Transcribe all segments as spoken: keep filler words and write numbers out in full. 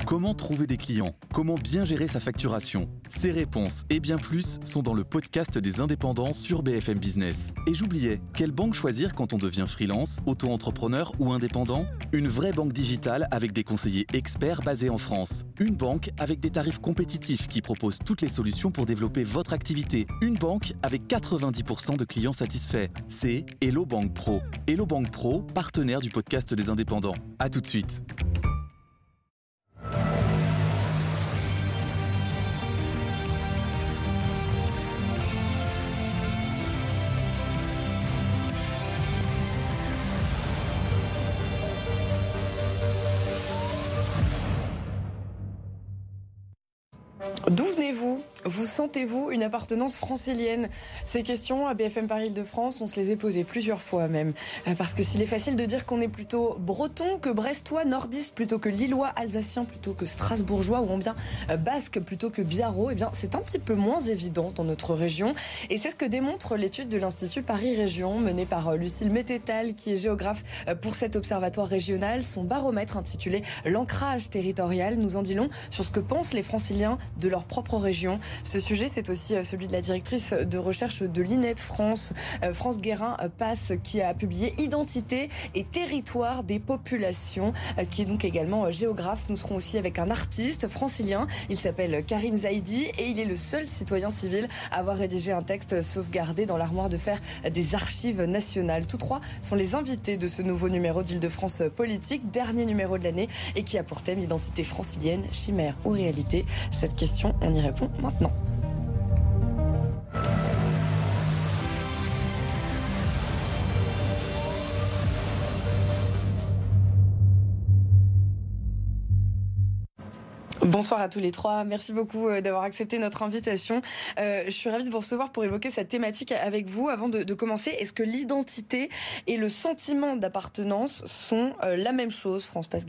Comment trouver des clients? Comment bien gérer sa facturation? Ces réponses et bien plus sont dans le podcast des indépendants sur B F M Business. Et j'oubliais, quelle banque choisir quand on devient freelance, auto-entrepreneur ou indépendant? Une vraie banque digitale avec des conseillers experts basés en France. Une banque avec des tarifs compétitifs qui propose toutes les solutions pour développer votre activité. Une banque avec quatre-vingt-dix pour cent de clients satisfaits. C'est Hello Bank Pro. Hello Bank Pro, partenaire du podcast des indépendants. À tout de suite. D'où venez-vous? Vous sentez-vous une appartenance francilienne? Ces questions à B F M Paris Île-de-France, on se les est posées plusieurs fois même. Parce que s'il est facile de dire qu'on est plutôt breton que brestois, nordiste plutôt que lillois, alsacien plutôt que strasbourgeois ou bien basque plutôt que biarro, eh bien c'est un petit peu moins évident dans notre région. Et c'est ce que démontre l'étude de l'Institut Paris Région menée par Lucille Mettetal qui est géographe pour cet observatoire régional. Son baromètre intitulé L'ancrage territorial nous en dit long sur ce que pensent les franciliens de leur propre région. Ce sujet, c'est aussi celui de la directrice de recherche de l'I N E D France, France Guérin-Passe, qui a publié Identité et territoire des populations, qui est donc également géographe. Nous serons aussi avec un artiste francilien. Il s'appelle Karim Zaidi et il est le seul citoyen civil à avoir rédigé un texte sauvegardé dans l'armoire de fer des archives nationales. Tous trois sont les invités de ce nouveau numéro d'Île-de-France Politique, dernier numéro de l'année et qui a pour thème identité francilienne, chimère ou réalité. Cette question, on y répond maintenant. Bonsoir à tous les trois. Merci beaucoup d'avoir accepté notre invitation. Euh, je suis ravie de vous recevoir pour évoquer cette thématique avec vous. Avant de, de commencer, est-ce que l'identité et le sentiment d'appartenance sont euh, la même chose, France Passe-Guérin ?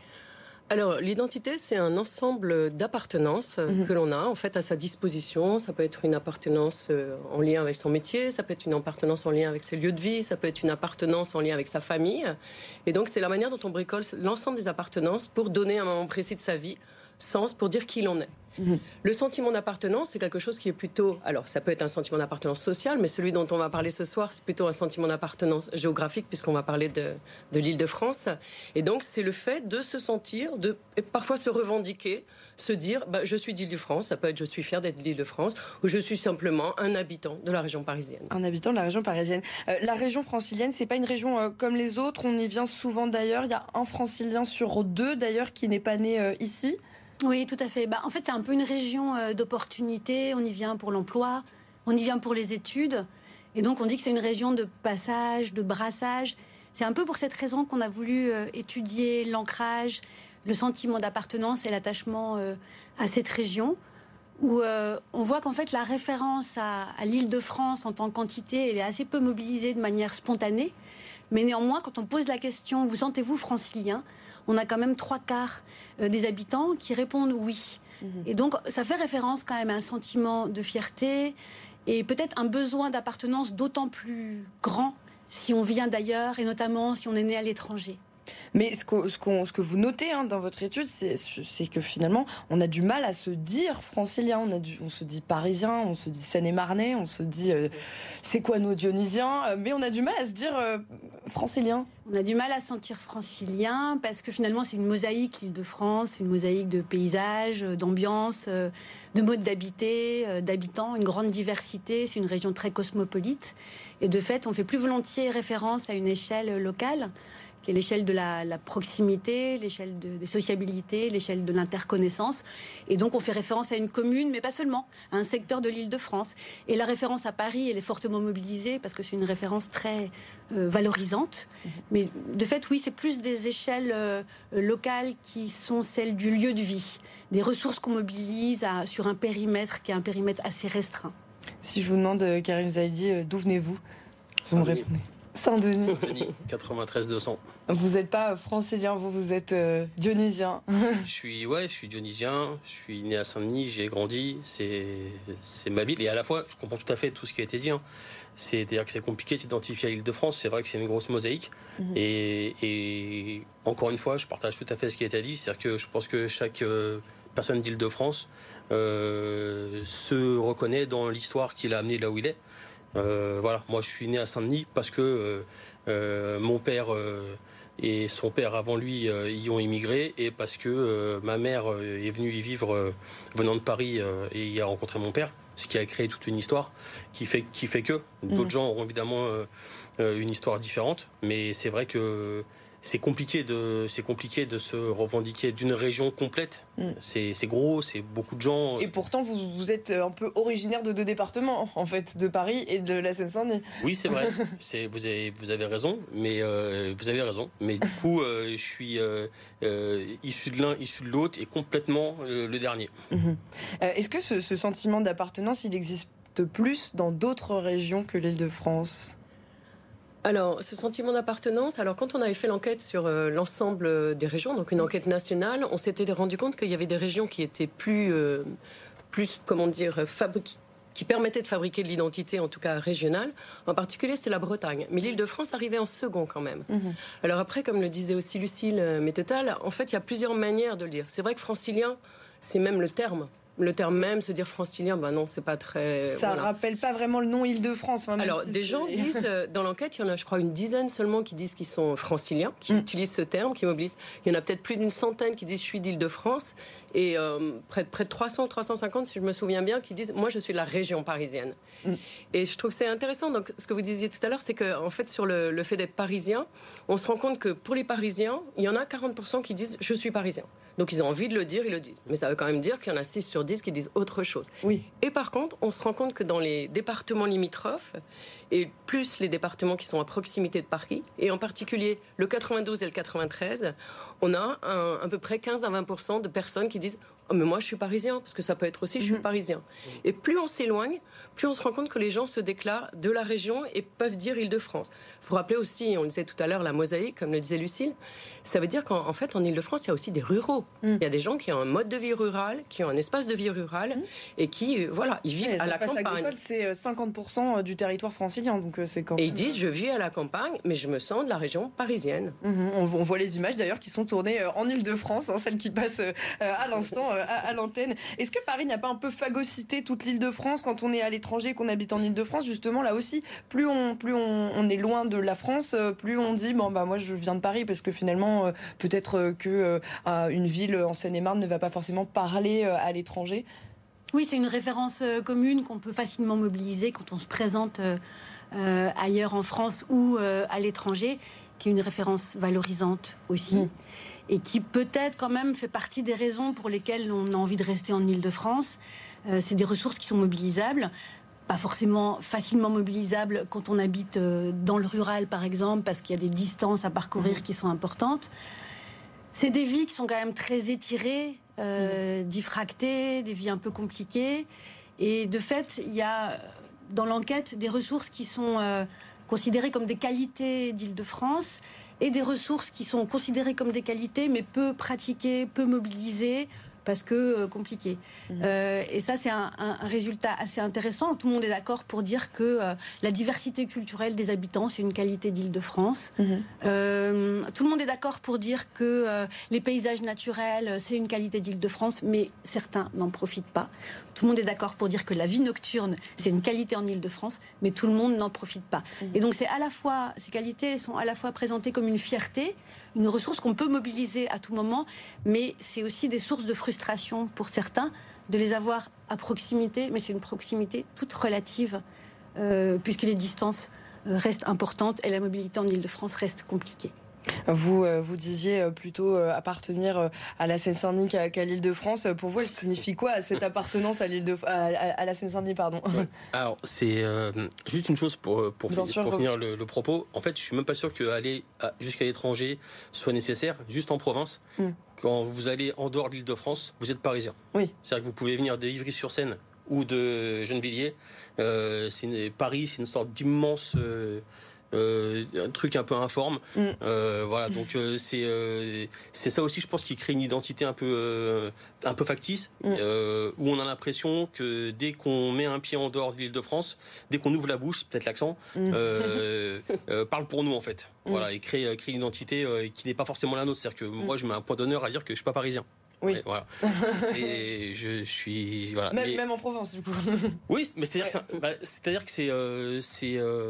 Alors, l'identité, c'est un ensemble d'appartenances mmh. que l'on a en fait à sa disposition. Ça peut être une appartenance en lien avec son métier, ça peut être une appartenance en lien avec ses lieux de vie, ça peut être une appartenance en lien avec sa famille. Et donc, c'est la manière dont on bricole l'ensemble des appartenances pour donner à un moment précis de sa vie sens, pour dire qui l'on est. Mmh. Le sentiment d'appartenance, c'est quelque chose qui est plutôt... Alors, ça peut être un sentiment d'appartenance sociale, mais celui dont on va parler ce soir, c'est plutôt un sentiment d'appartenance géographique, puisqu'on va parler de, de l'Île-de-France. Et donc, c'est le fait de se sentir, de parfois se revendiquer, se dire bah, « je suis d'Île-de-France », ça peut être « je suis fier d'être d'Île-de-France » ou « je suis simplement un habitant de la région parisienne ». Un habitant de la région parisienne. Euh, la région francilienne, c'est pas une région euh, comme les autres, on y vient souvent d'ailleurs. Il y a un francilien sur deux d'ailleurs qui n'est pas né euh, ici. Oui, tout à fait. Bah, en fait, c'est un peu une région euh, d'opportunités. On y vient pour l'emploi, on y vient pour les études. Et donc, on dit que c'est une région de passage, de brassage. C'est un peu pour cette raison qu'on a voulu euh, étudier l'ancrage, le sentiment d'appartenance et l'attachement euh, à cette région, où euh, on voit qu'en fait, la référence à, à l'Île-de-France en tant qu'entité, elle est assez peu mobilisée de manière spontanée. Mais néanmoins, quand on pose la question « Vous sentez-vous francilien ?», on a quand même trois quarts euh, des habitants qui répondent oui. Mmh. Et donc, ça fait référence quand même à un sentiment de fierté et peut-être un besoin d'appartenance d'autant plus grand si on vient d'ailleurs et notamment si on est né à l'étranger. Mais ce que, ce, qu'on, ce que vous notez hein, dans votre étude, c'est, c'est que finalement, on a du mal à se dire francilien. On, a du, on se dit parisien, on se dit seine-et-marnais, on se dit euh, c'est quoi nos Dionysiens, mais on a du mal à se dire euh, francilien. On a du mal à se sentir francilien parce que finalement, c'est une mosaïque Île-de-France, une mosaïque de paysages, d'ambiance, de modes d'habiter, d'habitants, une grande diversité. C'est une région très cosmopolite. Et de fait, on fait plus volontiers référence à une échelle locale, qui est l'échelle de la, la proximité, l'échelle de, des sociabilités, l'échelle de l'interconnaissance. Et donc, on fait référence à une commune, mais pas seulement, à un secteur de l'Île-de-France. Et la référence à Paris, elle est fortement mobilisée parce que c'est une référence très euh, valorisante. Mmh. Mais de fait, oui, c'est plus des échelles euh, locales qui sont celles du lieu de vie, des ressources qu'on mobilise à, sur un périmètre qui est un périmètre assez restreint. Si je vous demande, Karim Zaidi, d'où venez-vous ? Vous me répondez. Saint-Denis. Saint-Denis, quatre-vingt-treize deux cents. Vous n'êtes pas francilien, vous, vous êtes euh, dionysien. Je suis, ouais, je suis dionysien, je suis né à Saint-Denis, j'y ai grandi, c'est, c'est ma ville. Et à la fois, je comprends tout à fait tout ce qui a été dit. Hein. C'est-à-dire que c'est compliqué de s'identifier à l'Île-de-France, c'est vrai que c'est une grosse mosaïque. Mmh. Et, et encore une fois, je partage tout à fait ce qui a été dit. C'est-à-dire que je pense que chaque euh, personne d'Île-de-France euh, se reconnaît dans l'histoire qui l'a amené là où il est. Euh, voilà, moi je suis né à Saint-Denis parce que euh, euh, mon père euh, et son père avant lui euh, y ont immigré, et parce que euh, ma mère euh, est venue y vivre euh, venant de Paris euh, et y a rencontré mon père, ce qui a créé toute une histoire qui fait, qui fait que d'autres mmh. gens auront évidemment euh, une histoire différente, mais c'est vrai que c'est compliqué de, c'est compliqué de se revendiquer d'une région complète. Mm. C'est, c'est gros, c'est beaucoup de gens. Et pourtant, vous, vous êtes un peu originaire de deux départements, en fait, de Paris et de la Seine-Saint-Denis. Oui, c'est vrai. c'est, vous, avez, vous avez raison, mais euh, vous avez raison. Mais du coup, euh, je suis euh, euh, issu de l'un, issu de l'autre, et complètement euh, le dernier. Mm-hmm. Euh, est-ce que ce, ce sentiment d'appartenance, il existe plus dans d'autres régions que l'Île-de-France ? Alors, ce sentiment d'appartenance, alors quand on avait fait l'enquête sur euh, l'ensemble des régions, donc une enquête nationale, on s'était rendu compte qu'il y avait des régions qui étaient plus, euh, plus comment dire, fabriquées, qui permettaient de fabriquer de l'identité, en tout cas régionale. En particulier, c'était la Bretagne. Mais l'Île-de-France arrivait en second quand même. Mmh. Alors après, comme le disait aussi Lucille Métetal, en fait, il y a plusieurs manières de le dire. C'est vrai que francilien, c'est même le terme. Le terme même, se dire francilien, ben non, c'est pas très... Ça voilà. rappelle pas vraiment le nom Île-de-France. Hein, Alors, si des c'est... gens disent, dans l'enquête, il y en a, je crois, une dizaine seulement qui disent qu'ils sont franciliens, qui mm. utilisent ce terme, qui mobilisent. Il y en a peut-être plus d'une centaine qui disent « je suis d'Île-de-France », et euh, près, près de trois cents, trois cent cinquante, si je me souviens bien, qui disent « moi, je suis de la région parisienne mm. ». Et je trouve que c'est intéressant. Donc, ce que vous disiez tout à l'heure, c'est qu'en fait, sur le, le fait d'être parisien, on se rend compte que pour les Parisiens, il y en a quarante pour cent qui disent « je suis parisien ». Donc ils ont envie de le dire, ils le disent. Mais ça veut quand même dire qu'il y en a six sur dix qui disent autre chose. Oui. Et par contre, on se rend compte que dans les départements limitrophes, et plus les départements qui sont à proximité de Paris, et en particulier le quatre-vingt-douze et le quatre-vingt-treize, on a un, à peu près quinze à vingt pour cent de personnes qui disent « oh, mais moi je suis parisien », parce que ça peut être aussi « je suis parisien ». Et plus on s'éloigne, plus on se rend compte que les gens se déclarent de la région et peuvent dire Île-de-France. Il faut rappeler aussi, on le disait tout à l'heure, la mosaïque, comme le disait Lucille. Ça veut dire qu'en en fait, en Île-de-France, il y a aussi des ruraux. Mm. Il y a des gens qui ont un mode de vie rural, qui ont un espace de vie rural, mm. et qui, voilà, ils vivent ouais, à la campagne. Agricole, c'est cinquante pour cent du territoire francilien, donc c'est quand même... Et ils disent, je vis à la campagne, mais je me sens de la région parisienne. Mm-hmm. On, on voit les images, d'ailleurs, qui sont tournées en Île-de-France, hein, celles qui passent euh, à l'instant euh, à, à l'antenne. Est-ce que Paris n'a pas un peu phagocyté toute l'Île-de-France quand on est à l'étranger, qu'on habite en Île-de-France, justement, là aussi, plus on, plus on, on est loin de la France, plus on dit, bon, bah, moi, je viens de Paris, parce que finalement, euh, peut-être que euh, une ville en Seine-et-Marne ne va pas forcément parler euh, à l'étranger. Oui, c'est une référence euh, commune qu'on peut facilement mobiliser quand on se présente euh, euh, ailleurs en France ou euh, à l'étranger, qui est une référence valorisante aussi. Mmh. Et qui peut-être quand même fait partie des raisons pour lesquelles on a envie de rester en Île-de-France. Euh, c'est des ressources qui sont mobilisables, pas forcément facilement mobilisables quand on habite euh, dans le rural, par exemple, parce qu'il y a des distances à parcourir mmh. qui sont importantes. C'est des vies qui sont quand même très étirées, euh, mmh. diffractées, des vies un peu compliquées. Et de fait, il y a dans l'enquête des ressources qui sont euh, considérées comme des qualités d'Île-de-France, et des ressources qui sont considérées comme des qualités, mais peu pratiquées, peu mobilisées, parce que euh, compliquées. Mmh. Euh, et ça, c'est un, un, un résultat assez intéressant. Tout le monde est d'accord pour dire que euh, la diversité culturelle des habitants, c'est une qualité d'Île-de-France. Mmh. Euh, tout le monde est d'accord pour dire que euh, les paysages naturels, c'est une qualité d'Île-de-France, mais certains n'en profitent pas. Tout le monde est d'accord pour dire que la vie nocturne, c'est une qualité en Île-de-France, mais tout le monde n'en profite pas. Mmh. Et donc, c'est à la fois, ces qualités, elles sont à la fois présentées comme une fierté, une ressource qu'on peut mobiliser à tout moment, mais c'est aussi des sources de frustration pour certains de les avoir à proximité, mais c'est une proximité toute relative, euh, puisque les distances euh, restent importantes et la mobilité en Île-de-France reste compliquée. Vous, euh, vous disiez plutôt euh, appartenir à la Seine-Saint-Denis qu'à, qu'à l'Île-de-France. Pour vous, elle signifie quoi, cette appartenance à, l'île de, à, à la Seine-Saint-Denis, pardon? Ouais. Alors, c'est euh, juste une chose pour, pour, fi- sûr, pour vous... finir le, le propos. En fait, je suis même pas sûr qu'aller jusqu'à l'étranger soit nécessaire, juste en province. Mm. Quand vous allez en dehors de l'Île-de-France, vous êtes parisien. Oui. C'est-à-dire que vous pouvez venir de Ivry-sur-Seine ou de Gennevilliers. Euh, c'est une, Paris, c'est une sorte d'immense... Euh, euh, un truc un peu informe. Mm. Euh, voilà, donc euh, c'est euh, c'est ça aussi, je pense, qui crée une identité un peu euh, un peu factice, mm. euh, où on a l'impression que dès qu'on met un pied en dehors de l'Île-de-France, dès qu'on ouvre la bouche, peut-être l'accent, mm. euh, euh, parle pour nous en fait. Mm. Voilà, et crée crée une identité euh, qui n'est pas forcément la nôtre. C'est-à-dire que mm. moi, je mets un point d'honneur à dire que je suis pas parisien. Oui. Ouais, voilà. C'est, je, je suis voilà. Même, mais, même en Provence, du coup. Oui, mais c'est-à-dire ouais. que c'est, bah, c'est-à-dire que c'est, euh, c'est euh,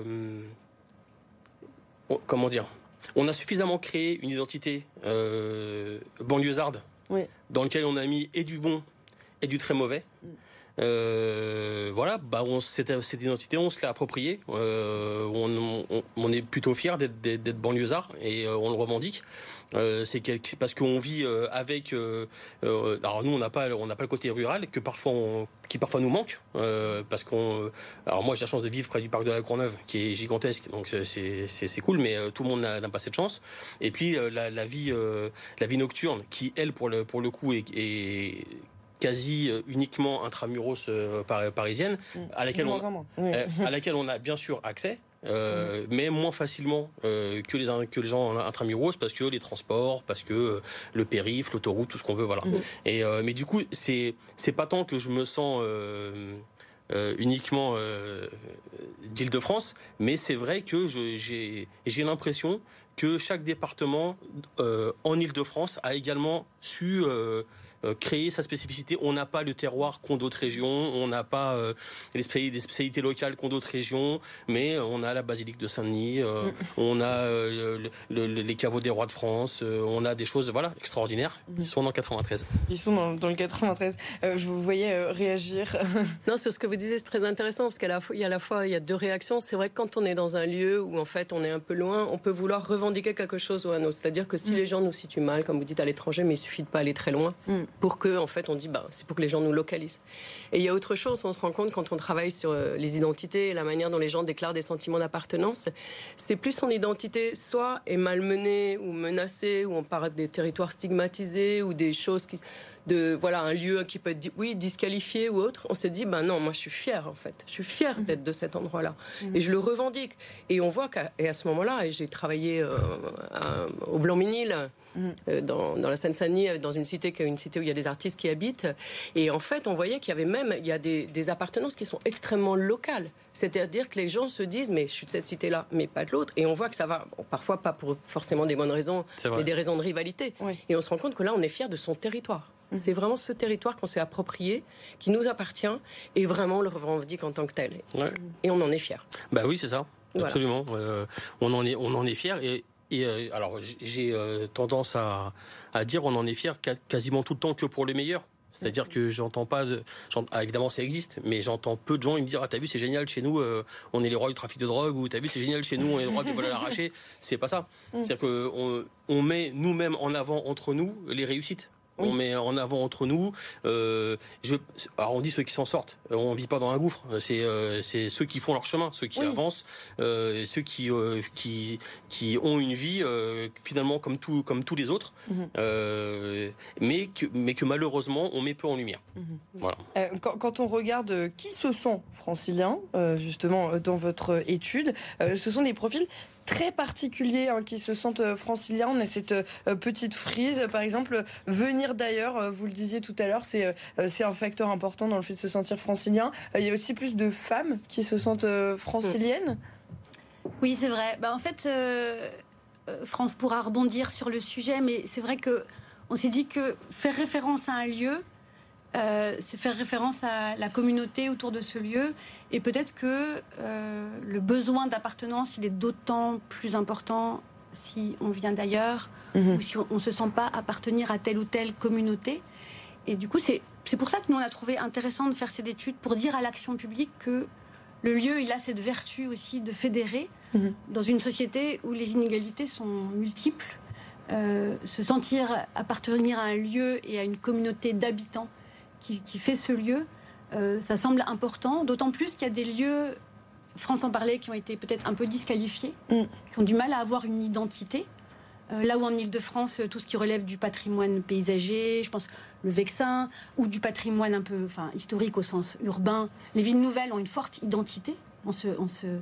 oh, comment dire, on a suffisamment créé une identité euh, banlieusarde, oui. dans laquelle on a mis et du bon et du très mauvais. Mm. Euh, voilà, bah on, cette, cette identité, on se l'a appropriée. Euh, on, on, on est plutôt fiers d'être, d'être, d'être banlieusard et euh, on le revendique. Euh, c'est quelque, parce qu'on vit euh, avec. Euh, euh, alors nous, on n'a pas, on n'a pas le côté rural que parfois, on, qui parfois nous manque, euh, parce qu'on. Alors moi, j'ai la chance de vivre près du parc de la Courneuve, qui est gigantesque, donc c'est, c'est, c'est cool, mais euh, tout le monde n'a, n'a pas cette chance. Et puis euh, la, la vie, euh, la vie nocturne, qui elle, pour le pour le coup, est, est quasi uniquement intramuros euh, par, parisienne, mmh. à laquelle on, oui. euh, à laquelle on a bien sûr accès. Euh, mmh. mais moins facilement euh, que les que les gens intramuros, parce que les transports, parce que euh, le périph', l'autoroute, tout ce qu'on veut, voilà. Mmh. Et euh, mais du coup, c'est c'est pas tant que je me sens euh, euh, uniquement euh, d'Île-de-France, mais c'est vrai que je, j'ai j'ai l'impression que chaque département euh, en Île-de-France a également su euh, créer sa spécificité. On n'a pas le terroir qu'ont d'autres régions, on n'a pas euh, les spécialités locales qu'ont d'autres régions, mais on a la basilique de Saint-Denis, euh, mm. on a euh, le, le, les caveaux des rois de France, euh, on a des choses voilà extraordinaires mm. qui sont dans le quatre-vingt-treize. Ils sont dans, dans le quatre-vingt-treize. Euh, je vous voyais euh, réagir. Non, sur ce que vous disiez, c'est très intéressant parce qu'il y a à la fois il y a deux réactions. C'est vrai que quand on est dans un lieu où en fait on est un peu loin, on peut vouloir revendiquer quelque chose ou un autre. C'est-à-dire que si mm. les gens nous situent mal, comme vous dites à l'étranger, mais il suffit de pas aller très loin. Mm. Pour que, en fait, on dit, bah, c'est pour que les gens nous localisent. Et il y a autre chose, on se rend compte quand on travaille sur les identités et la manière dont les gens déclarent des sentiments d'appartenance, c'est plus son identité, soit est malmenée ou menacée, ou on parle des territoires stigmatisés, ou des choses qui... de voilà un lieu qui peut être oui disqualifié ou autre, on s'est dit ben non, moi je suis fière en fait, je suis fière d'être de cet endroit-là mmh. et je le revendique. Et on voit qu'à et à ce moment-là, et j'ai travaillé euh, à, au Blanc-Ménil. Mmh. Euh, dans, dans la Seine-Saint-Denis, dans une cité qui est une cité où il y a des artistes qui habitent, et en fait on voyait qu'il y avait même il y a des, des appartenances qui sont extrêmement locales. C'est-à-dire que les gens se disent mais je suis de cette cité-là, mais pas de l'autre. Et on voit que ça va, bon, parfois pas pour forcément des bonnes raisons, mais des raisons de rivalité. Oui. Et on se rend compte que là on est fier de son territoire. Mmh. C'est vraiment ce territoire qu'on s'est approprié, qui nous appartient, et vraiment on le revendique en tant que tel. Ouais. Et on en est fier. Bah oui, c'est ça, voilà. Absolument. Euh, on en est, on en est fier. Et Et euh, alors j'ai euh, tendance à, à dire on en est fier quasiment tout le temps que pour le meilleur. C'est-à-dire que j'entends pas de, j'entends, ah, évidemment ça existe, mais j'entends peu de gens me dire ah t'as vu c'est génial chez nous euh, on est les rois du trafic de drogue, ou t'as vu c'est génial chez nous on est les rois des vols à l'arraché. C'est pas ça. C'est-à-dire que on, on met nous-mêmes en avant entre nous les réussites. Oui. On met en avant entre nous. Euh, je, alors on dit ceux qui s'en sortent. On vit pas dans un gouffre. C'est, euh, c'est ceux qui font leur chemin, ceux qui oui. avancent, euh, ceux qui, euh, qui qui ont une vie euh, finalement comme tout comme tous les autres, mm-hmm. euh, mais que mais que malheureusement on met peu en lumière. Mm-hmm. Voilà. Euh, quand, quand on regarde qui se sont franciliens, euh, justement dans votre étude, euh, ce sont des profils très particuliers hein, qui se sentent franciliens. On a cette euh, petite frise, par exemple, venir d'ailleurs, euh, vous le disiez tout à l'heure, c'est, euh, c'est un facteur important dans le fait de se sentir francilien. Euh, il y a aussi plus de femmes qui se sentent euh, franciliennes. Oui, c'est vrai. Bah, en fait, euh, France pourra rebondir sur le sujet, mais c'est vrai qu'on s'est dit que faire référence à un lieu, Euh, c'est faire référence à la communauté autour de ce lieu, et peut-être que euh, le besoin d'appartenance il est d'autant plus important si on vient d'ailleurs mmh. ou si on ne se sent pas appartenir à telle ou telle communauté. Et du coup c'est, c'est pour ça que nous on a trouvé intéressant de faire cette étude, pour dire à l'action publique que le lieu il a cette vertu aussi de fédérer mmh. dans une société où les inégalités sont multiples. Euh, se sentir appartenir à un lieu et à une communauté d'habitants Qui, qui fait ce lieu, euh, ça semble important, d'autant plus qu'il y a des lieux, France en parlait, qui ont été peut-être un peu disqualifiés, mm. qui ont du mal à avoir une identité. Euh, là où en Île-de-France, tout ce qui relève du patrimoine paysager, je pense le Vexin, ou du patrimoine un peu enfin, historique au sens urbain, les villes nouvelles ont une forte identité. On se, on se,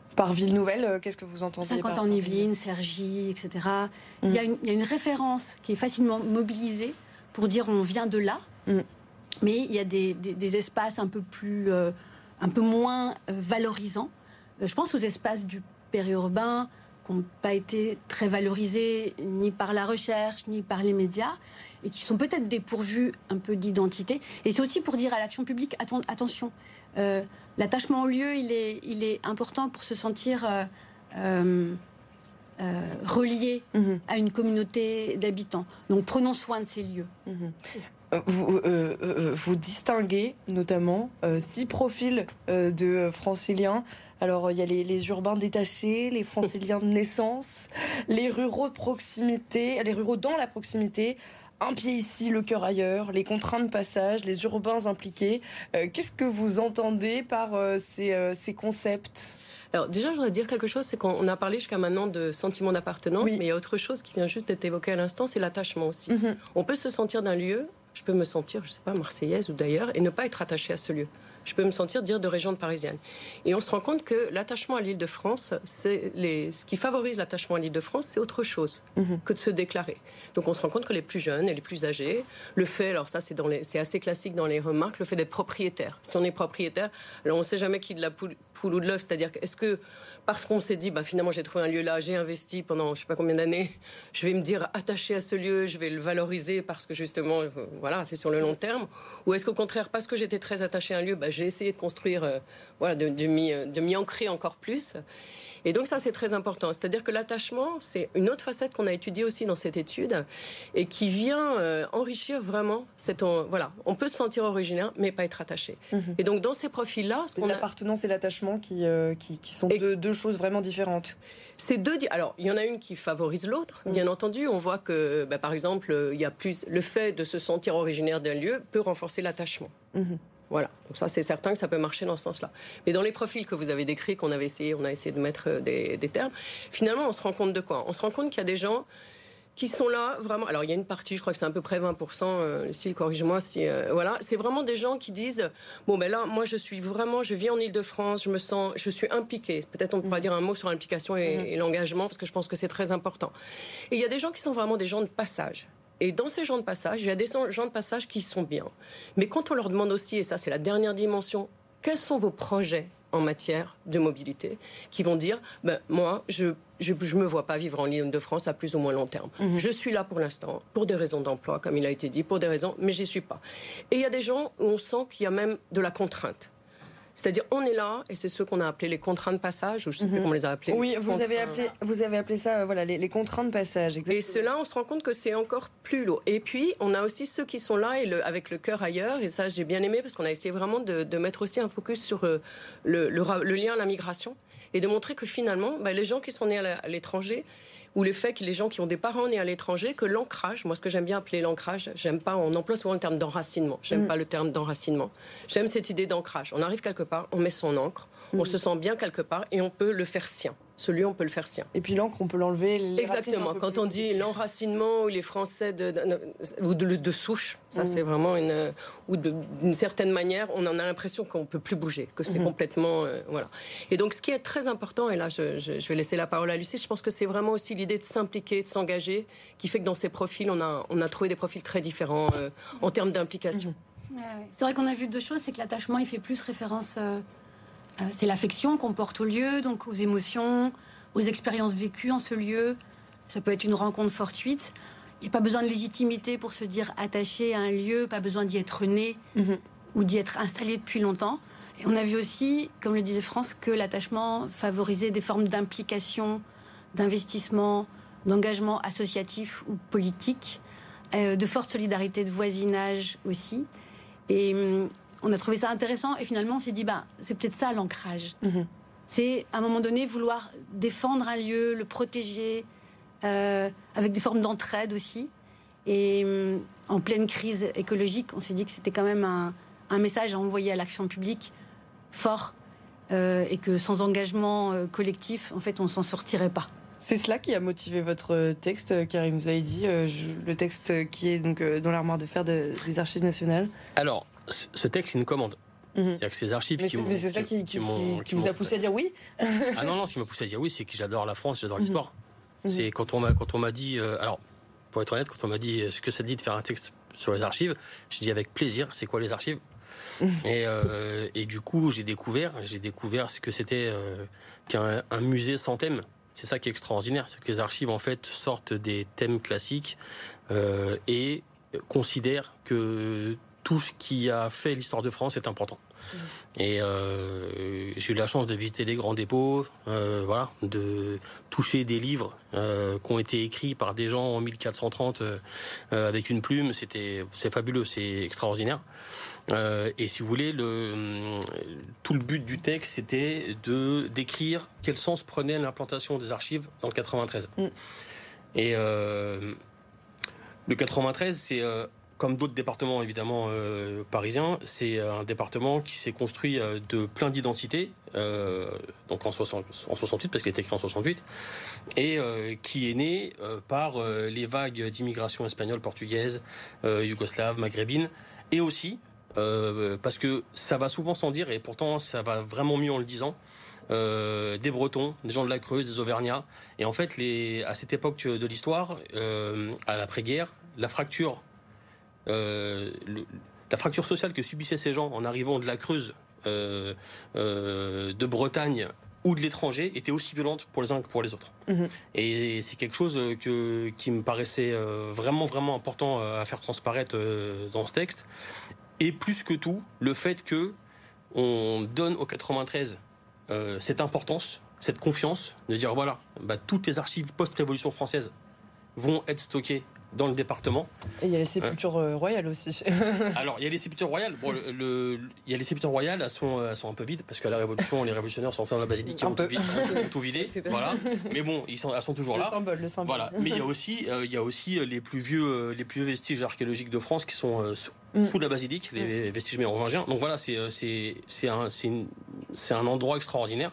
Par ville nouvelle, qu'est-ce que vous entendez? Saint-Quentin-en-Yvelines, Cergy, et cetera. Mmh. Il, y a une, il y a une référence qui est facilement mobilisée pour dire on vient de là, mmh. mais il y a des, des, des espaces un peu, plus, euh, un peu moins euh, valorisants. Euh, je pense aux espaces du périurbain qui n'ont pas été très valorisés ni par la recherche, ni par les médias, et qui sont peut-être dépourvus un peu d'identité. Et c'est aussi pour dire à l'action publique, atten- attention, euh, l'attachement au lieu, il est, il est important pour se sentir euh, euh, euh, relié mmh. à une communauté d'habitants. Donc prenons soin de ces lieux. Mmh. Vous, euh, euh, vous distinguez notamment euh, six profils euh, de franciliens. Alors, il y a les, les urbains détachés, les franciliens de naissance, les ruraux de proximité, les ruraux dans la proximité, un pied ici, le cœur ailleurs, les contraintes de passage, les urbains impliqués. Euh, qu'est-ce que vous entendez par euh, ces, euh, ces concepts ? Alors déjà, je voudrais dire quelque chose, c'est qu'on a parlé jusqu'à maintenant de sentiment d'appartenance, oui. mais il y a autre chose qui vient juste d'être évoquée à l'instant, c'est l'attachement aussi. Mm-hmm. On peut se sentir d'un lieu, je peux me sentir, je ne sais pas, marseillaise ou d'ailleurs, et ne pas être attaché à ce lieu. Je peux me sentir dire de région de parisienne. Et on se rend compte que l'attachement à l'Île-de-France, c'est les... ce qui favorise l'attachement à l'Île-de-France, c'est autre chose mmh. que de se déclarer. Donc on se rend compte que les plus jeunes et les plus âgés, le fait, alors ça c'est, dans les... c'est assez classique dans les remarques, le fait d'être propriétaire. Si on est propriétaire, alors on ne sait jamais qui de la poule, poule ou de l'œuf, c'est-à-dire est-ce que parce qu'on s'est dit, bah, finalement j'ai trouvé un lieu là, j'ai investi pendant je ne sais pas combien d'années, je vais me dire attaché à ce lieu, je vais le valoriser parce que justement, voilà, c'est sur le long terme. Ou est-ce qu'au contraire, parce que j'étais très attaché à un lieu, bah, j'ai essayé de construire, euh, voilà, de, de, m'y, de m'y ancrer encore plus. Et donc ça, c'est très important. C'est-à-dire que l'attachement, c'est une autre facette qu'on a étudiée aussi dans cette étude et qui vient euh, enrichir vraiment cette... On, voilà, on peut se sentir originaire, mais pas être attaché. Mmh. Et donc dans ces profils-là... Ce qu'on l'appartenance a... et l'attachement qui, euh, qui, qui sont et... deux, deux choses vraiment différentes. C'est deux... Alors, il y en a une qui favorise l'autre, mmh. bien entendu. On voit que, bah, par exemple, il y a plus... le fait de se sentir originaire d'un lieu peut renforcer l'attachement. Mmh. Voilà, donc ça c'est certain que ça peut marcher dans ce sens-là. Mais dans les profils que vous avez décrits, qu'on avait essayé, on a essayé de mettre des, des termes, finalement on se rend compte de quoi ? On se rend compte qu'il y a des gens qui sont là vraiment... Alors il y a une partie, je crois que c'est à peu près vingt pour cent, euh, Lucille, corrige-moi si... Euh, voilà, c'est vraiment des gens qui disent, bon ben là, moi je suis vraiment, je vis en Île-de-France, je me sens, je suis impliquée. Peut-être on pourra mmh. dire un mot sur l'implication et, mmh. et l'engagement, parce que je pense que c'est très important. Et il y a des gens qui sont vraiment des gens de passage. Et dans ces gens de passage, il y a des gens de passage qui sont bien. Mais quand on leur demande aussi, et ça c'est la dernière dimension, quels sont vos projets en matière de mobilité, qui vont dire, ben, moi, je ne me vois pas vivre en Île-de-France à plus ou moins long terme. Mmh. Je suis là pour l'instant, pour des raisons d'emploi, comme il a été dit, pour des raisons, mais j'y suis pas. Et il y a des gens où on sent qu'il y a même de la contrainte. C'est-à-dire, on est là, et c'est ceux qu'on a appelés les contraintes de passage, ou je ne sais mmh. plus comment on les a appelés. Oui, vous avez appelé, vous avez appelé ça, voilà, les, les contraintes de passage. Exactement. Et ceux-là, on se rend compte que c'est encore plus lourd. Et puis, on a aussi ceux qui sont là, et le, avec le cœur ailleurs, et ça, j'ai bien aimé, parce qu'on a essayé vraiment de, de mettre aussi un focus sur le, le, le, le lien à la migration, et de montrer que finalement, bah, les gens qui sont nés à, la, à l'étranger, ou le fait que les gens qui ont des parents nés à l'étranger, que l'ancrage, moi ce que j'aime bien appeler l'ancrage, j'aime pas, on emploie souvent le terme d'enracinement, j'aime mmh. pas le terme d'enracinement, j'aime cette idée d'ancrage. On arrive quelque part, on met son ancre, mmh. on se sent bien quelque part et on peut le faire sien. Ce lieu, on peut le faire sien. Et puis l'encre, on peut l'enlever. Les Exactement. Quand on dit l'enracinement ou les Français de, de, de, ou de, de souche, ça mmh. c'est vraiment une... Ou de, d'une certaine manière, on en a l'impression qu'on ne peut plus bouger, que c'est mmh. complètement... Euh, voilà. Et donc ce qui est très important, et là je, je, je vais laisser la parole à Lucie, je pense que c'est vraiment aussi l'idée de s'impliquer, de s'engager, qui fait que dans ces profils, on a, on a trouvé des profils très différents euh, en termes d'implication. Mmh. Ouais, ouais. C'est vrai qu'on a vu deux choses, c'est que l'attachement, il fait plus référence... Euh... C'est l'affection qu'on porte au lieu, donc aux émotions, aux expériences vécues en ce lieu. Ça peut être une rencontre fortuite. Il n'y a pas besoin de légitimité pour se dire attaché à un lieu, pas besoin d'y être né mmh. ou d'y être installé depuis longtemps. Et on a vu aussi, comme le disait France, que l'attachement favorisait des formes d'implication, d'investissement, d'engagement associatif ou politique, euh, de forte solidarité de voisinage aussi. Et... on a trouvé ça intéressant et finalement on s'est dit bah, c'est peut-être ça l'ancrage. Mmh. C'est à un moment donné vouloir défendre un lieu, le protéger, euh, avec des formes d'entraide aussi. Et euh, en pleine crise écologique, on s'est dit que c'était quand même un, un message à envoyer à l'action publique fort euh, et que sans engagement euh, collectif, en fait, on ne s'en sortirait pas. C'est cela qui a motivé votre texte, Karim, vous avez dit, euh, je, le texte qui est donc euh, dans l'armoire de fer de, des Archives nationales. Alors, ce texte, c'est une commande. Mmh. C'est-à-dire que ces archives mais qui c'est, m'ont... Mais c'est ça qui, qui, qui, qui, qui vous a poussé à dire oui. Ah non, non, ce qui m'a poussé à dire oui, c'est que j'adore la France, j'adore mmh. l'histoire. Mmh. C'est quand on m'a, quand on m'a dit... Euh, alors, pour être honnête, quand on m'a dit ce que ça te dit de faire un texte sur les archives, j'ai dit avec plaisir, c'est quoi les archives ? et, euh, et du coup, j'ai découvert, j'ai découvert ce que c'était euh, qu'un un musée sans thème. C'est ça qui est extraordinaire, c'est que les archives en fait sortent des thèmes classiques euh, et considèrent que tout ce qui a fait l'histoire de France est important. Mmh. Et euh, j'ai eu la chance de visiter les grands dépôts, euh, voilà, de toucher des livres euh, qui ont été écrits par des gens en mille quatre cent trente euh, avec une plume. C'était, c'est fabuleux, c'est extraordinaire. Euh, et si vous voulez, le, tout le but du texte, c'était de décrire quel sens prenait l'implantation des archives dans le quatre-vingt-treize. Mmh. Et euh, le quatre-vingt-treize, c'est euh, comme d'autres départements évidemment euh, parisiens, c'est un département qui s'est construit euh, de plein d'identités, euh, donc en, soixante, en soixante-huit parce qu'il a été créé en soixante-huit, et euh, qui est né euh, par euh, les vagues d'immigration espagnole, portugaise, euh, yougoslave, maghrébine, et aussi Euh, parce que ça va souvent sans dire, et pourtant ça va vraiment mieux en le disant, euh, des Bretons, des gens de la Creuse, des Auvergnats. Et en fait, les, à cette époque de l'histoire, euh, à l'après-guerre, la fracture, euh, le, la fracture sociale que subissaient ces gens en arrivant de la Creuse, euh, euh, de Bretagne ou de l'étranger était aussi violente pour les uns que pour les autres. Mmh. Et c'est quelque chose que, qui me paraissait vraiment, vraiment important à faire transparaître dans ce texte. Et plus que tout, le fait que on donne au quatre-vingt-treize euh, cette importance, cette confiance, de dire voilà, bah, toutes les archives post-révolution française vont être stockées dans le département. Et il y a les sépultures euh, royales aussi. Alors, il y a les sépultures royales. Bon, le, le, il y a les sépultures royales, elles sont, elles sont un peu vides, parce qu'à la Révolution, les révolutionnaires sont entrés dans la basilique, ils ont tout, vide, ont tout vidé. Voilà. Mais bon, ils sont, elles sont toujours le là. Symbole, le symbole. Voilà. Mais il y a aussi, euh, il y a aussi les plus vieux, euh, les plus vieux vestiges archéologiques de France qui sont euh, sous, mm. sous la basilique, les mm. vestiges mérovingiens. Donc voilà, c'est, c'est, c'est, un, c'est, une, c'est un endroit extraordinaire.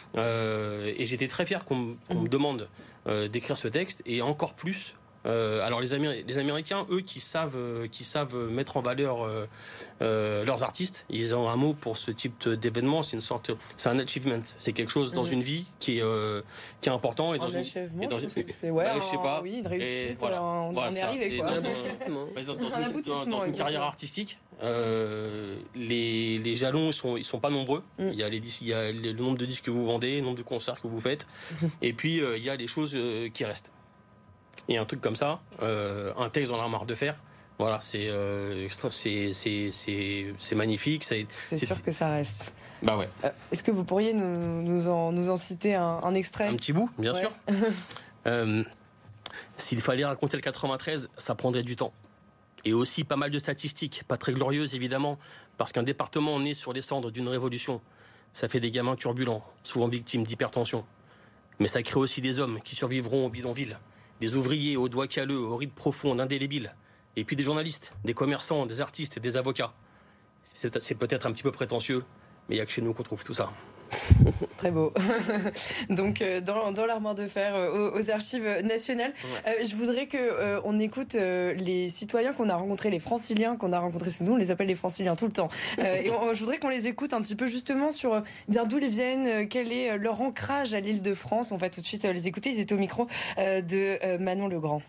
Euh, et j'étais très fier qu'on, qu'on mm. me demande euh, d'écrire ce texte, et encore plus. Euh, alors les, Améri- les Américains, eux, qui savent, euh, qui savent mettre en valeur euh, euh, leurs artistes, ils ont un mot pour ce type d'événement. C'est une sorte, c'est un achievement. C'est quelque chose dans mmh. une vie qui est, euh, qui est important. Et dans un une, achèvement, et dans je une, c'est ouais, bah, je sais pas. Oui, une réussite. Voilà. On, voilà, on est ça. arrivé, quoi. Dans, un aboutissement. Dans, dans, un une, aboutissement, dans, dans une carrière artistique, euh, les, les jalons, ils sont, ils sont pas nombreux. Mmh. Il y a les, il y a le nombre de disques que vous vendez, le nombre de concerts que vous faites, et puis euh, il y a les choses euh, qui restent. Et un truc comme ça, euh, un texte dans l'armoire de fer, voilà, c'est, euh, c'est, c'est, c'est, c'est magnifique. C'est, c'est, c'est sûr que ça reste. Bah ouais. Euh, est-ce que vous pourriez nous, nous, en, nous en citer un, un extrait ? Un petit bout, bien ouais. sûr. euh, s'il fallait raconter le quatre-vingt-treize, ça prendrait du temps. Et aussi pas mal de statistiques, pas très glorieuses évidemment, parce qu'un département né sur les cendres d'une révolution, ça fait des gamins turbulents, souvent victimes d'hypertension. Mais ça crée aussi des hommes qui survivront au bidonville. Des ouvriers aux doigts calleux, aux rides profondes, indélébiles. Et puis des journalistes, des commerçants, des artistes et des avocats. C'est, c'est peut-être un petit peu prétentieux, mais il n'y a que chez nous qu'on trouve tout ça. Très beau. Donc, euh, dans, dans l'armoire de fer, euh, aux, aux archives nationales, ouais. euh, je voudrais qu'on euh, écoute euh, les citoyens qu'on a rencontrés, les franciliens qu'on a rencontrés. C'est nous, on les appelle les franciliens tout le temps. Euh, et on, je voudrais qu'on les écoute un petit peu justement sur euh, bien d'où ils viennent, euh, quel est euh, leur ancrage à l'île de France. On va tout de suite euh, les écouter. Ils étaient au micro euh, de euh, Manon Legrand.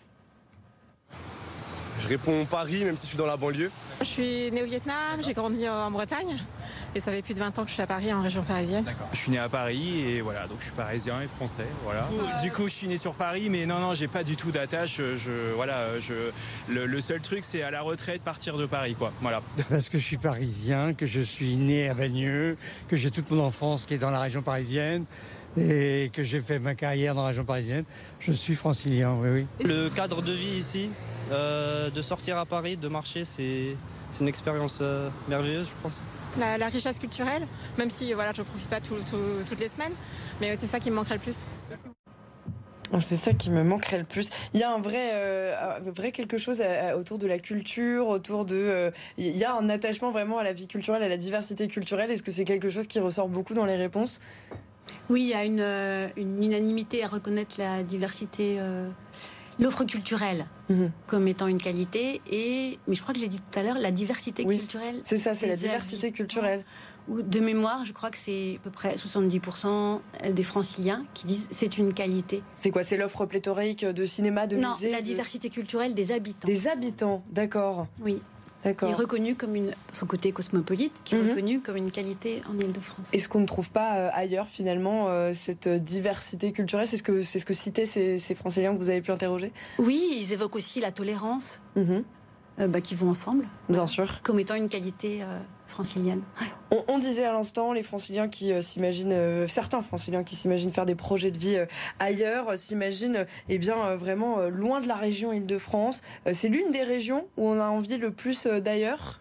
Je réponds Paris, même si je suis dans la banlieue. Je suis née au Vietnam, j'ai grandi en Bretagne. Et ça fait plus de vingt ans que je suis à Paris, en région parisienne. D'accord. Je suis né à Paris et voilà, donc je suis parisien et français. Voilà. Du coup, du coup je suis né sur Paris, mais non, non, j'ai pas du tout d'attache. Je, voilà, je, le, le seul truc, c'est à la retraite partir de Paris, quoi. Voilà. Parce que je suis parisien, que je suis né à Bagneux, que j'ai toute mon enfance qui est dans la région parisienne et que j'ai fait ma carrière dans la région parisienne. Je suis francilien, oui, oui. Le cadre de vie ici, euh, de sortir à Paris, de marcher, c'est, c'est une expérience euh, merveilleuse, je pense. La, la richesse culturelle, même si voilà, je ne profite pas tout, tout, toutes les semaines, mais c'est ça qui me manquerait le plus. C'est ça qui me manquerait le plus. Il y a un vrai, euh, un vrai quelque chose à, à, autour de la culture, autour de... Euh, il y a un attachement vraiment à la vie culturelle, à la diversité culturelle. Est-ce que c'est quelque chose qui ressort beaucoup dans les réponses ? Oui, il y a une, une unanimité à reconnaître la diversité, euh, l'offre culturelle mmh. comme étant une qualité, et, mais je crois que je l'ai dit tout à l'heure, la diversité oui, culturelle. C'est ça, c'est la diversité habitants. culturelle. De mémoire, je crois que c'est à peu près soixante-dix pour cent des franciliens qui disent c'est une qualité. C'est quoi? C'est l'offre pléthorique de cinéma, de non, musée? Non, la de... diversité culturelle des habitants. Des habitants, d'accord. Oui. D'accord. Qui est reconnu comme une, son côté cosmopolite, qui est mmh. reconnu comme une qualité en Île-de-France. Est-ce qu'on ne trouve pas euh, ailleurs finalement euh, cette diversité culturelle? C'est ce que c'est ce que citaient ces, ces franciliens que vous avez pu interroger? Oui, ils évoquent aussi la tolérance, mmh. euh, bah, qui vont ensemble. Bien sûr. Comme étant une qualité euh, francilienne. Ouais. On, on disait à l'instant, les franciliens qui euh, s'imaginent, euh, certains franciliens qui s'imaginent faire des projets de vie euh, ailleurs, euh, s'imaginent euh, eh bien euh, vraiment euh, loin de la région Île-de-France. Euh, c'est l'une des régions où on a envie le plus euh, d'ailleurs.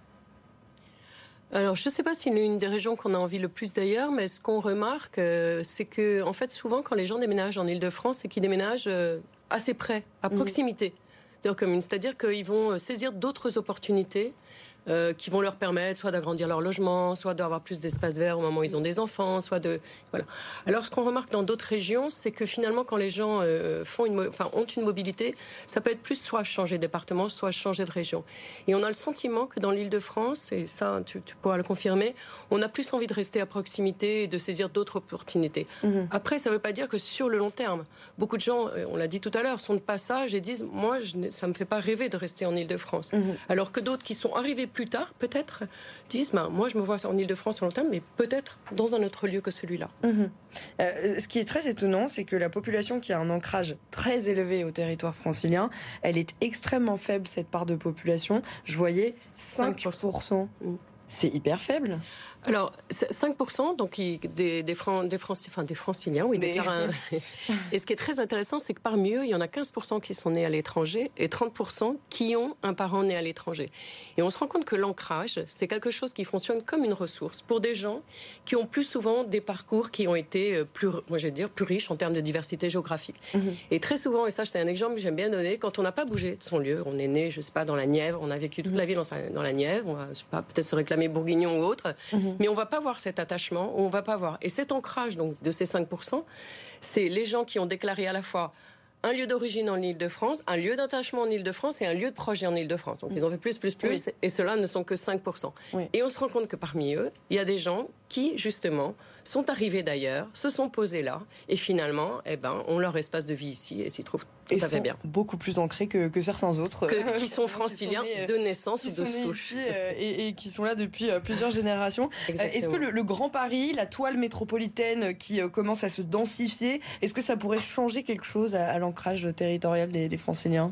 Alors, je ne sais pas si c'est une des régions qu'on a envie le plus d'ailleurs, mais ce qu'on remarque, euh, c'est que, en fait, souvent, quand les gens déménagent en Île-de-France, c'est qu'ils déménagent euh, assez près, à proximité mmh. de leur commune. C'est-à-dire qu'ils vont saisir d'autres opportunités euh, qui vont leur permettre soit d'agrandir leur logement, soit d'avoir plus d'espace vert au moment où ils ont des enfants, soit de... Voilà. Alors, ce qu'on remarque dans d'autres régions, c'est que finalement, quand les gens euh, font une, enfin, ont une mobilité, ça peut être plus soit changer de département, soit changer de région. Et on a le sentiment que dans l'Île-de-France, et ça, tu, tu pourras le confirmer, on a plus envie de rester à proximité et de saisir d'autres opportunités. Mmh. Après, ça ne veut pas dire que sur le long terme, beaucoup de gens, on l'a dit tout à l'heure, sont de passage et disent « moi, je, ça ne me fait pas rêver de rester en Île-de-France mmh. ». Alors que d'autres qui sont arrivés plus tard, peut-être, disent ben, « moi, je me vois en Île-de-France sur le long terme, mais peut-être dans un autre lieu que celui-là mmh. ». Euh, ce qui est très étonnant, c'est que la population qui a un ancrage très élevé au territoire francilien, elle est extrêmement faible, cette part de population. Je voyais cinq pour cent. cinq pour cent. Mmh. C'est hyper faible. Alors, cinq pour cent donc, des, des, Fran, des, Franci, enfin, des franciliens, oui. Des... Un... Et ce qui est très intéressant, c'est que parmi eux, il y en a quinze pour cent qui sont nés à l'étranger et trente pour cent qui ont un parent né à l'étranger. Et on se rend compte que l'ancrage, c'est quelque chose qui fonctionne comme une ressource pour des gens qui ont plus souvent des parcours qui ont été plus, moi, je vais dire, plus riches en termes de diversité géographique. Mm-hmm. Et très souvent, et ça, c'est un exemple que j'aime bien donner, quand on n'a pas bougé de son lieu, on est né, je ne sais pas, dans la Nièvre, on a vécu toute mm-hmm. la vie dans, sa, dans la Nièvre, on va, je sais pas, peut-être se réclamer bourguignon ou autre, mm-hmm. mais on ne va pas voir cet attachement, on ne va pas voir. Et cet ancrage donc, de ces cinq pour cent, c'est les gens qui ont déclaré à la fois un lieu d'origine en Île-de-France, un lieu d'attachement en Île-de-France et un lieu de projet en Île-de-France. Donc, ils ont fait plus, plus, plus, oui. et ceux-là ne sont que cinq pour cent. Oui. Et on se rend compte que parmi eux, il y a des gens qui, justement, sont arrivés d'ailleurs, se sont posés là, et finalement, eh ben, ont leur espace de vie ici et s'y trouvent tout et à fait bien. Beaucoup plus ancrés que, que certains autres. Que, qui sont franciliens qui sont nés, de naissance ou de souche. Ici, euh, et, et qui sont là depuis euh, plusieurs générations. Exactement. Est-ce que le, le Grand Paris, la toile métropolitaine qui euh, commence à se densifier, est-ce que ça pourrait changer quelque chose à, à l'ancrage territorial des, des franciliens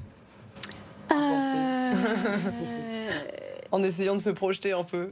euh... En essayant de se projeter un peu.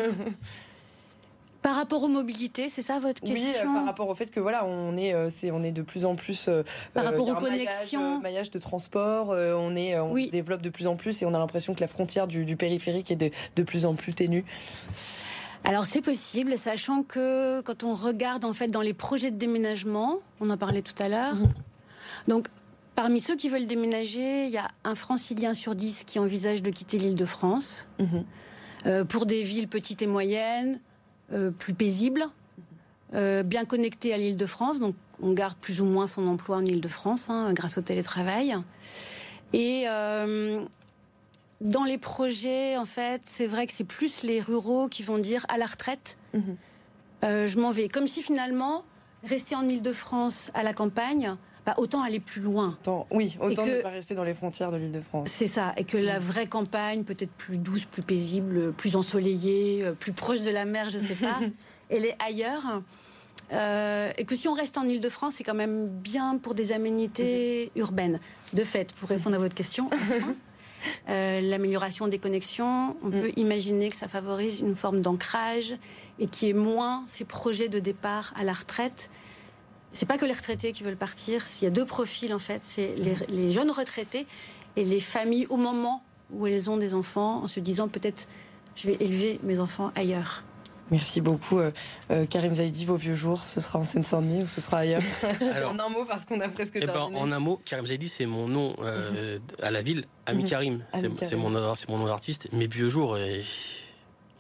Par rapport aux mobilités, c'est ça votre question? Oui, euh, par rapport au fait que voilà, on est, euh, c'est, on est de plus en plus euh, par rapport euh, aux connexions, maillage, euh, maillage de transport, euh, on est, on oui. se développe de plus en plus et on a l'impression que la frontière du, du périphérique est de, de plus en plus ténue. Alors c'est possible, sachant que quand on regarde en fait dans les projets de déménagement, on en parlait tout à l'heure. Mmh. Donc parmi ceux qui veulent déménager, il y a un francilien sur dix qui envisage de quitter l'Île-de-France mmh. euh, pour des villes petites et moyennes. Euh, plus paisible, euh, bien connecté à l'Île-de-France, donc on garde plus ou moins son emploi en Île-de-France hein, grâce au télétravail. Et euh, dans les projets, en fait, c'est vrai que c'est plus les ruraux qui vont dire à la retraite, mmh. euh, je m'en vais. Comme si finalement, rester en Île-de-France à la campagne, bah, autant aller plus loin. Autant, oui, autant que, ne pas rester dans les frontières de l'Île-de-France. C'est ça, et que mmh. la vraie campagne, peut-être plus douce, plus paisible, plus ensoleillée, plus proche de la mer, je ne sais pas, elle est ailleurs. Euh, et que si on reste en Île-de-France, c'est quand même bien pour des aménités mmh. urbaines. De fait, pour répondre à votre question, enfin, euh, l'amélioration des connexions, on mmh. peut imaginer que ça favorise une forme d'ancrage et qu'il y ait moins ces projets de départ à la retraite. C'est pas que les retraités qui veulent partir. Il y a deux profils en fait. C'est les, les jeunes retraités et les familles au moment où elles ont des enfants, en se disant peut-être je vais élever mes enfants ailleurs. Merci beaucoup, euh, euh, Karim Zaidi. Vos vieux jours, ce sera en Seine-Saint-Denis ou ce sera ailleurs? Alors, en un mot, parce qu'on a presque eh terminé. Ben, en un mot, Karim Zaidi, c'est mon nom euh, mm-hmm. à la ville. Ami Karim, mm-hmm. c'est, c'est, mon, c'est mon nom d'artiste. Mes vieux jours. Et...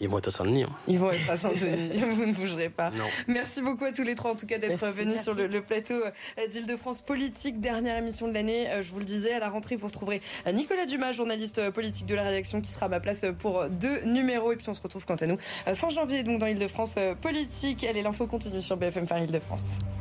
Ils vont être à Saint-Denis. Hein. Ils vont être à Saint-Denis, vous ne bougerez pas. Non. Merci beaucoup à tous les trois en tout cas d'être Merci, venus merci. sur le, le plateau d'Île-de-France Politique, dernière émission de l'année. Je vous le disais, à la rentrée vous retrouverez Nicolas Dumas, journaliste politique de la rédaction, qui sera à ma place pour deux numéros. Et puis on se retrouve quant à nous fin janvier donc dans Île-de-France Politique. Allez, l'info continue sur B F M Paris Île-de-France.